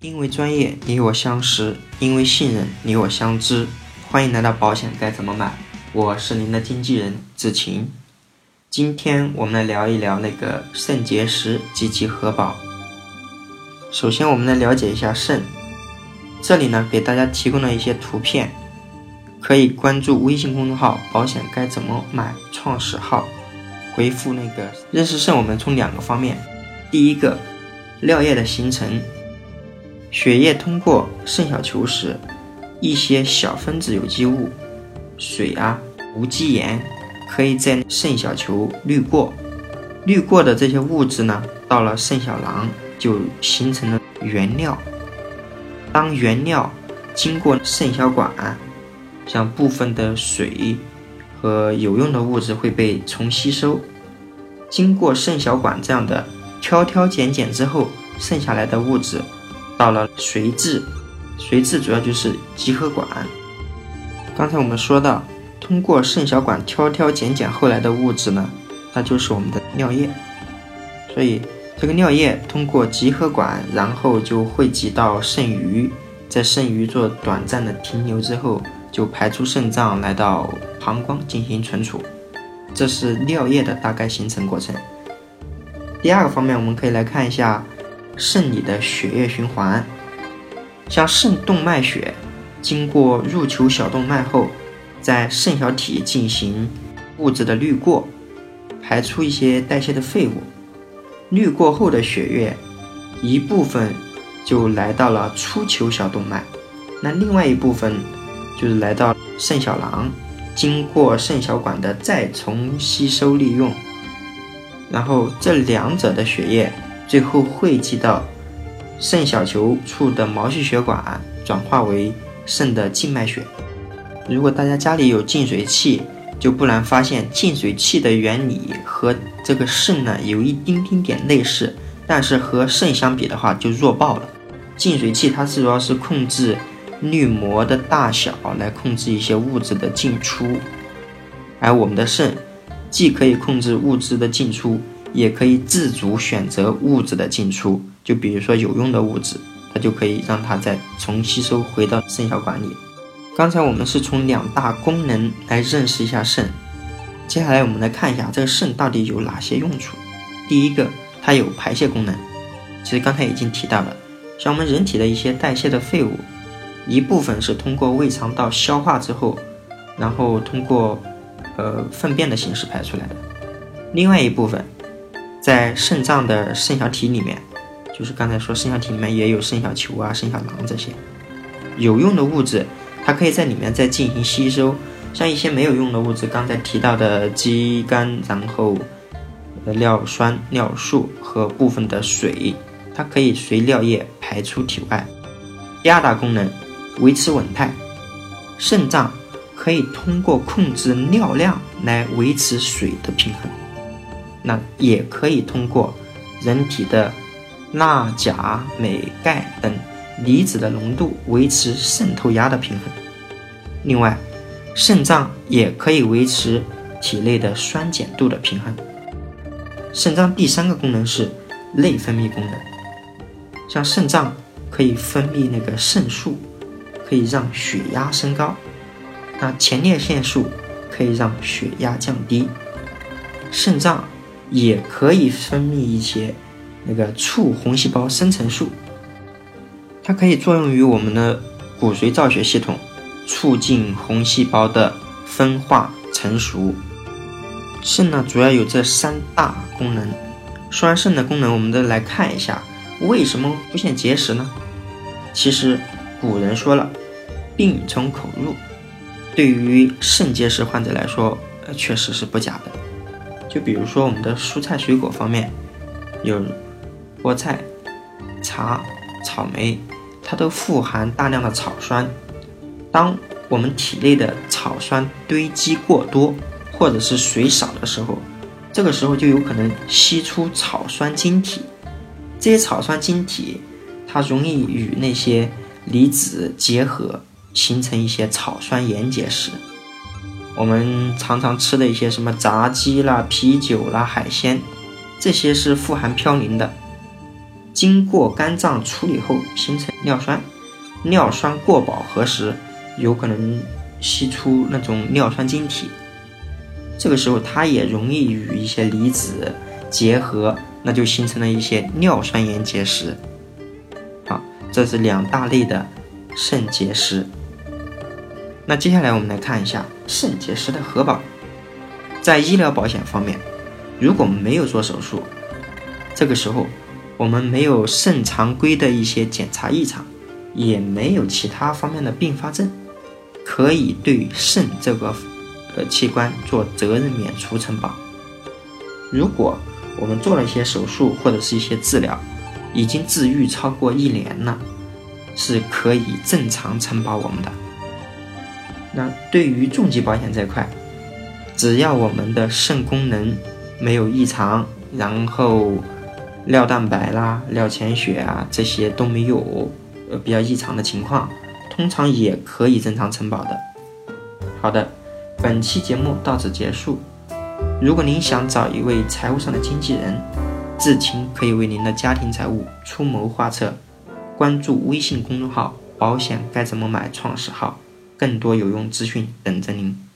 因为专业你我相识，因为信任你我相知。欢迎来到保险该怎么买，我是您的经纪人子晴。今天我们来聊一聊那个肾结石及其核保。首先我们来了解一下肾，这里呢给大家提供了一些图片，可以关注微信公众号保险该怎么买创始号，回复那个认识肾。我们从两个方面，第一个，尿液的形成，血液通过肾小球时，一些小分子有机物、水无机盐可以在肾小球滤过的这些物质呢，到了肾小囊就形成了原尿。当原尿经过肾小管，像部分的水和有用的物质会被重吸收，经过肾小管这样的挑拣之后，剩下来的物质到了髓质主要就是集合管。刚才我们说到，通过肾小管挑拣后来的物质呢，它就是我们的尿液。所以这个尿液通过集合管，然后就汇集到肾盂，在肾盂做短暂的停留之后，就排出肾脏来到膀胱进行存储。这是尿液的大概形成过程。第二个方面，我们可以来看一下肾里的血液循环。像肾动脉血经过入球小动脉后，在肾小体进行物质的滤过，排出一些代谢的废物。滤过后的血液一部分就来到了出球小动脉，那另外一部分就是来到肾小囊，经过肾小管的再重吸收利用，然后这两者的血液最后汇集到肾小球处的毛细血管，转化为肾的静脉血。如果大家家里有净水器，就不难发现净水器的原理和这个肾呢有一丁点类似，但是和肾相比的话就弱爆了。净水器它主要是控制滤膜的大小，来控制一些物质的进出，而我们的肾既可以控制物质的进出，也可以自主选择物质的进出。就比如说有用的物质，它就可以让它再重吸收回到肾小管里。刚才我们是从两大功能来认识一下肾，接下来我们来看一下这个肾到底有哪些用处。第一个，它有排泄功能。其实刚才已经提到了，像我们人体的一些代谢的废物，一部分是通过胃肠道消化之后，然后通过粪便的形式排出来的，另外一部分在肾脏的肾小体里面，就是刚才说肾小体里面也有肾小球肾小囊这些有用的物质，它可以在里面再进行吸收。像一些没有用的物质，刚才提到的肌酐，然后尿酸、尿素和部分的水，它可以随尿液排出体外。第二大功能，维持稳态。肾脏可以通过控制尿量来维持水的平衡，那也可以通过人体的钠、钾、镁、钙等离子的浓度维持渗透压的平衡。另外，肾脏也可以维持体内的酸碱度的平衡。肾脏第三个功能是内分泌功能。像肾脏可以分泌那个肾素，可以让血压升高。那前列腺素可以让血压降低。肾脏也可以分泌一些那个促红细胞生成素，它可以作用于我们的骨髓造血系统，促进红细胞的分化成熟。肾呢主要有这三大功能。说完肾的功能，我们再来看一下为什么出现结石呢？其实古人说了，病从口入，对于肾结石患者来说确实是不假的。就比如说我们的蔬菜水果方面，有菠菜、茶、草莓，它都富含大量的草酸。当我们体内的草酸堆积过多，或者是水少的时候，这个时候就有可能析出草酸晶体。这些草酸晶体它容易与那些离子结合，形成一些草酸盐结石。我们常常吃的一些什么炸鸡啦、啤酒啦、海鲜，这些是富含嘌呤的。 经过肝脏处理后形成尿酸，尿酸过饱和时有可能析出那种尿酸晶体，这个时候它也容易与一些离子结合，那就形成了一些尿酸盐结石。好，这是2大类的肾结石。那接下来我们来看一下肾结石的核保。在医疗保险方面，如果没有做手术，这个时候我们没有肾常规的一些检查异常，也没有其他方面的并发症，可以对肾这个器官做责任免除承保。如果我们做了一些手术或者是一些治疗，已经治愈超过1年了，是可以正常承保我们的。那对于重疾保险这块，只要我们的肾功能没有异常，然后尿蛋白啦、尿潜血啊这些都没有比较异常的情况，通常也可以正常承保的。好的，本期节目到此结束。如果您想找一位财务上的经纪人，志勤可以为您的家庭财务出谋划策。关注微信公众号保险该怎么买创始号，更多有用资讯等着您。